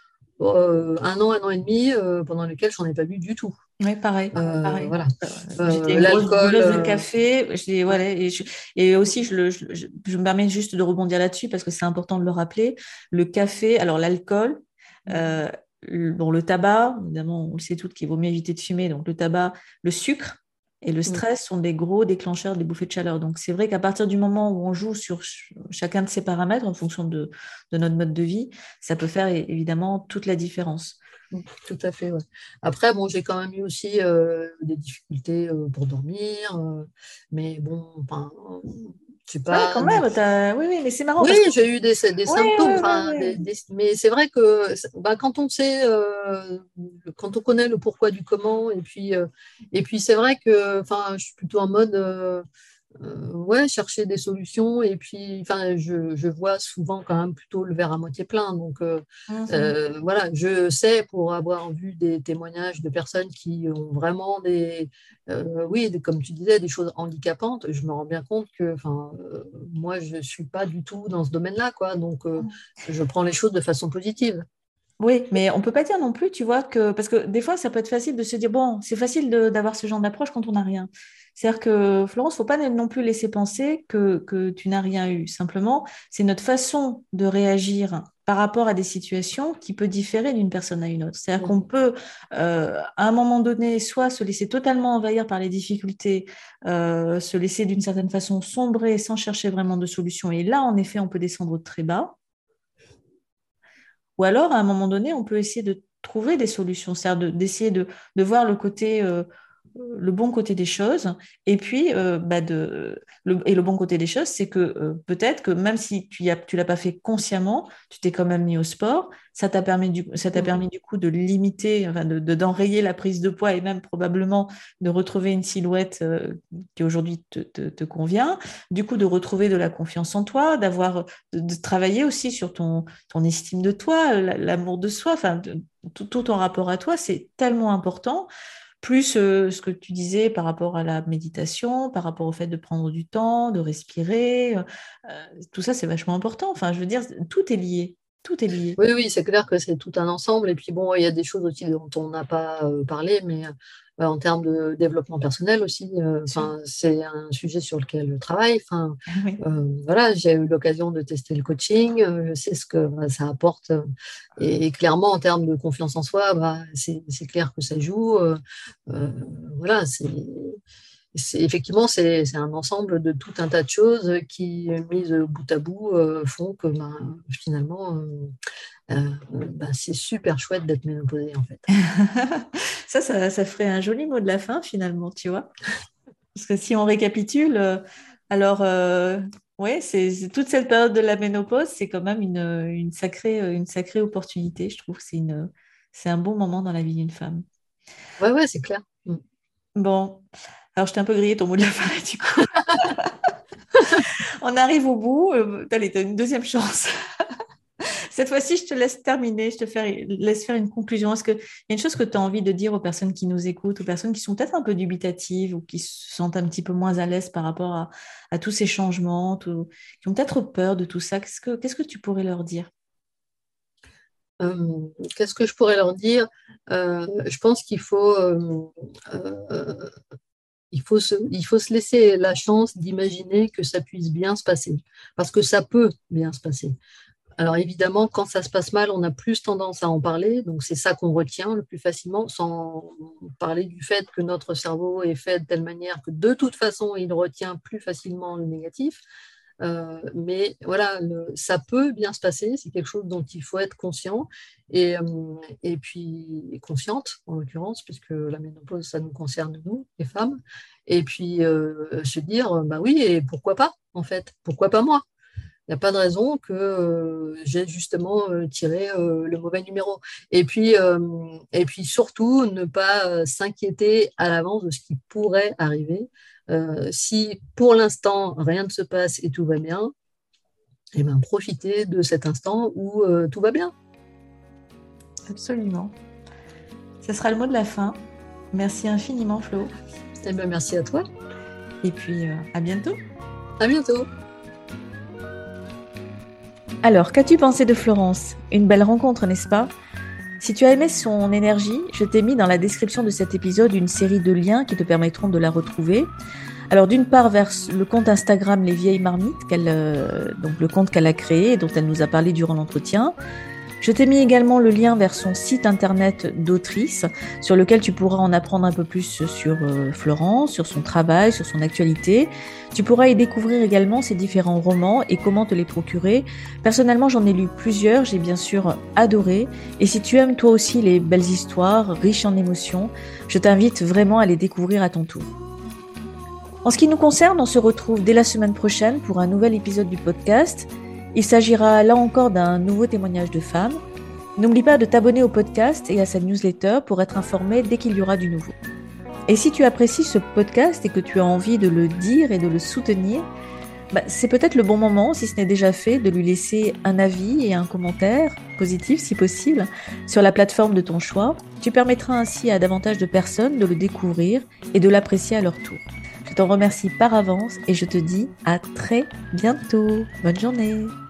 euh, un an, un an et demi euh, pendant lequel j'en ai pas bu du tout. Oui, pareil, Euh, pareil. voilà. Euh, J'étais Euh, une grosse l'alcool, buveuse de euh, café. J'ai- ouais. voilà, et, je- et aussi, je, le- je- je- je me permets juste de rebondir là-dessus parce que c'est important de le rappeler. Le café, alors l'alcool, euh, le, bon, le tabac, évidemment, on le sait toutes qu'il vaut mieux éviter de fumer. Donc le tabac, le sucre et le Mm. stress sont des gros déclencheurs des bouffées de chaleur. Donc c'est vrai qu'à partir du moment où on joue sur ch- chacun de ces paramètres en fonction de, de notre mode de vie, ça peut faire é- évidemment toute la différence. Mm, tout à fait, ouais. Après, bon, j'ai quand même eu aussi euh, des difficultés euh, pour dormir, euh, mais bon, enfin, c'est Ouais, pas quand non même. plus. t'as- Oui, oui, mais c'est marrant Oui, parce que j'ai eu des, des oui, symptômes, oui, oui, enfin, des- oui. des- mais c'est vrai que bah, quand on sait, euh, quand on connaît le pourquoi du comment, et puis, euh, et puis c'est vrai que, enfin, je suis plutôt en mode, euh, euh, ouais, chercher des solutions. Et puis, enfin, je, je vois souvent quand même plutôt le verre à moitié plein. Donc, euh, Mhm. euh, voilà, je sais pour avoir vu des témoignages de personnes qui ont vraiment des, euh, oui, des- comme tu disais, des choses handicapantes. Je me rends bien compte que, enfin, euh, moi, je suis pas du tout dans ce domaine-là, quoi. Donc, euh, je prends les choses de façon positive. Oui, mais on peut pas dire non plus, tu vois, que parce que des fois, ça peut être facile de se dire, bon, c'est facile de- d'avoir ce genre d'approche quand on n'a rien. C'est-à-dire que, Florence, faut pas non plus laisser penser que, que tu n'as rien eu. Simplement, c'est notre façon de réagir par rapport à des situations qui peut différer d'une personne à une autre. C'est-à-dire qu'on peut, euh, à un moment donné, soit se laisser totalement envahir par les difficultés, euh, se laisser d'une certaine façon sombrer sans chercher vraiment de solution. Et là, en effet, on peut descendre très bas. Ou alors, à un moment donné, on peut essayer de trouver des solutions, c'est-à-dire de- d'essayer de, de voir le côté, euh, le bon côté des choses. Et puis, euh, bah de, le, et le bon côté des choses, c'est que euh, peut-être que même si tu ne tu l'as pas fait consciemment, tu t'es quand même mis au sport, ça t'a permis du, ça t'a permis du coup de limiter, enfin de, de- d'enrayer la prise de poids et même probablement de retrouver une silhouette euh, qui aujourd'hui te, te, te convient, du coup de retrouver de la confiance en toi, d'avoir, de, de travailler aussi sur ton, ton estime de toi, la- l'amour de soi, enfin de- tout, tout ton rapport à toi, c'est tellement important plus euh, ce que tu disais par rapport à la méditation, par rapport au fait de prendre du temps, de respirer, euh, euh, tout ça c'est vachement important. Enfin, je veux dire, tout est lié, tout est lié. Oui, oui, c'est clair que c'est tout un ensemble. Et puis bon, il y a des choses aussi dont on n'a pas euh, parlé, mais euh, en termes de développement personnel aussi, euh, Sûr. enfin, c'est un sujet sur lequel je travaille. Enfin, Oui. euh, voilà, j'ai eu l'occasion de tester le coaching, euh, je sais ce que bah, ça apporte. euh, Et, et clairement, en termes de confiance en soi, bah, c'est c'est clair que ça joue. euh, euh, voilà, c'est c'est- effectivement, c'est c'est un ensemble de tout un tas de choses qui, mises bout à bout, euh, font que ben, finalement, euh, euh, ben, c'est super chouette d'être ménopausée en fait. Ça, ça, ça ferait un joli mot de la fin finalement, tu vois. Parce que si on récapitule, euh, alors euh, ouais, c'est c'est- toute cette période de la ménopause, c'est quand même une, une sacrée, une sacrée opportunité, je trouve. C'est une, c'est un bon moment dans la vie d'une femme. Ouais, ouais, c'est clair. Mm. Bon, alors je t'ai un peu grillé ton mot de la fin, du coup. On arrive au bout. Euh, allez, tu as une deuxième chance. Cette fois-ci, je te laisse terminer, je te fais- laisse faire une conclusion. Est-ce qu'il y a une chose que tu as envie de dire aux personnes qui nous écoutent, aux personnes qui sont peut-être un peu dubitatives ou qui se sentent un petit peu moins à l'aise par rapport à, à tous ces changements, tout- qui ont peut-être peur de tout ça? Qu'est-ce que, qu'est-ce que tu pourrais leur dire? Euh, Qu'est-ce que je pourrais leur dire? Euh, je pense qu'il faut, euh, euh, il faut se, il faut se laisser la chance d'imaginer que ça puisse bien se passer, parce que ça peut bien se passer. Alors évidemment, quand ça se passe mal, on a plus tendance à en parler, donc c'est ça qu'on retient le plus facilement, sans parler du fait que notre cerveau est fait de telle manière que de toute façon, il retient plus facilement le négatif. Euh, mais voilà, le- ça peut bien se passer, c'est quelque chose dont il faut être conscient et, euh, et puis consciente en l'occurrence, puisque la ménopause, ça nous concerne nous, les femmes, et puis euh, se dire, bah oui, et pourquoi pas en fait, pourquoi pas moi? Il n'y a pas de raison que euh, j'ai justement euh, tiré euh, le mauvais numéro. Et puis, euh, et puis surtout, ne pas euh, s'inquiéter à l'avance de ce qui pourrait arriver. Euh, si pour l'instant, rien ne se passe et tout va bien, eh ben, profitez de cet instant où euh, tout va bien. Absolument. Ce sera le mot de la fin. Merci infiniment, Flo. Eh ben, merci à toi. Et puis, euh, à bientôt. À bientôt. Alors, qu'as-tu pensé de Florence? Une belle rencontre, n'est-ce pas? Si tu as aimé son énergie, je t'ai mis dans la description de cet épisode une série de liens qui te permettront de la retrouver. Alors d'une part vers le compte Instagram Les Vieilles Marmites, qu'elle, euh, donc le compte qu'elle a créé et dont elle nous a parlé durant l'entretien. Je t'ai mis également le lien vers son site internet d'autrice, sur lequel tu pourras en apprendre un peu plus sur euh, Florence, sur son travail, sur son actualité. Tu pourras y découvrir également ses différents romans et comment te les procurer. Personnellement, j'en ai lu plusieurs, j'ai bien sûr adoré. Et si tu aimes toi aussi les belles histoires, riches en émotions, je t'invite vraiment à les découvrir à ton tour. En ce qui nous concerne, on se retrouve dès la semaine prochaine pour un nouvel épisode du podcast. Il s'agira là encore d'un nouveau témoignage de femme. N'oublie pas de t'abonner au podcast et à sa newsletter pour être informé dès qu'il y aura du nouveau. Et si tu apprécies ce podcast et que tu as envie de le dire et de le soutenir, bah, c'est peut-être le bon moment, si ce n'est déjà fait, de lui laisser un avis et un commentaire positif, si possible, sur la plateforme de ton choix. Tu permettras ainsi à davantage de personnes de le découvrir et de l'apprécier à leur tour. Je t'en remercie par avance et je te dis à très bientôt. Bonne journée.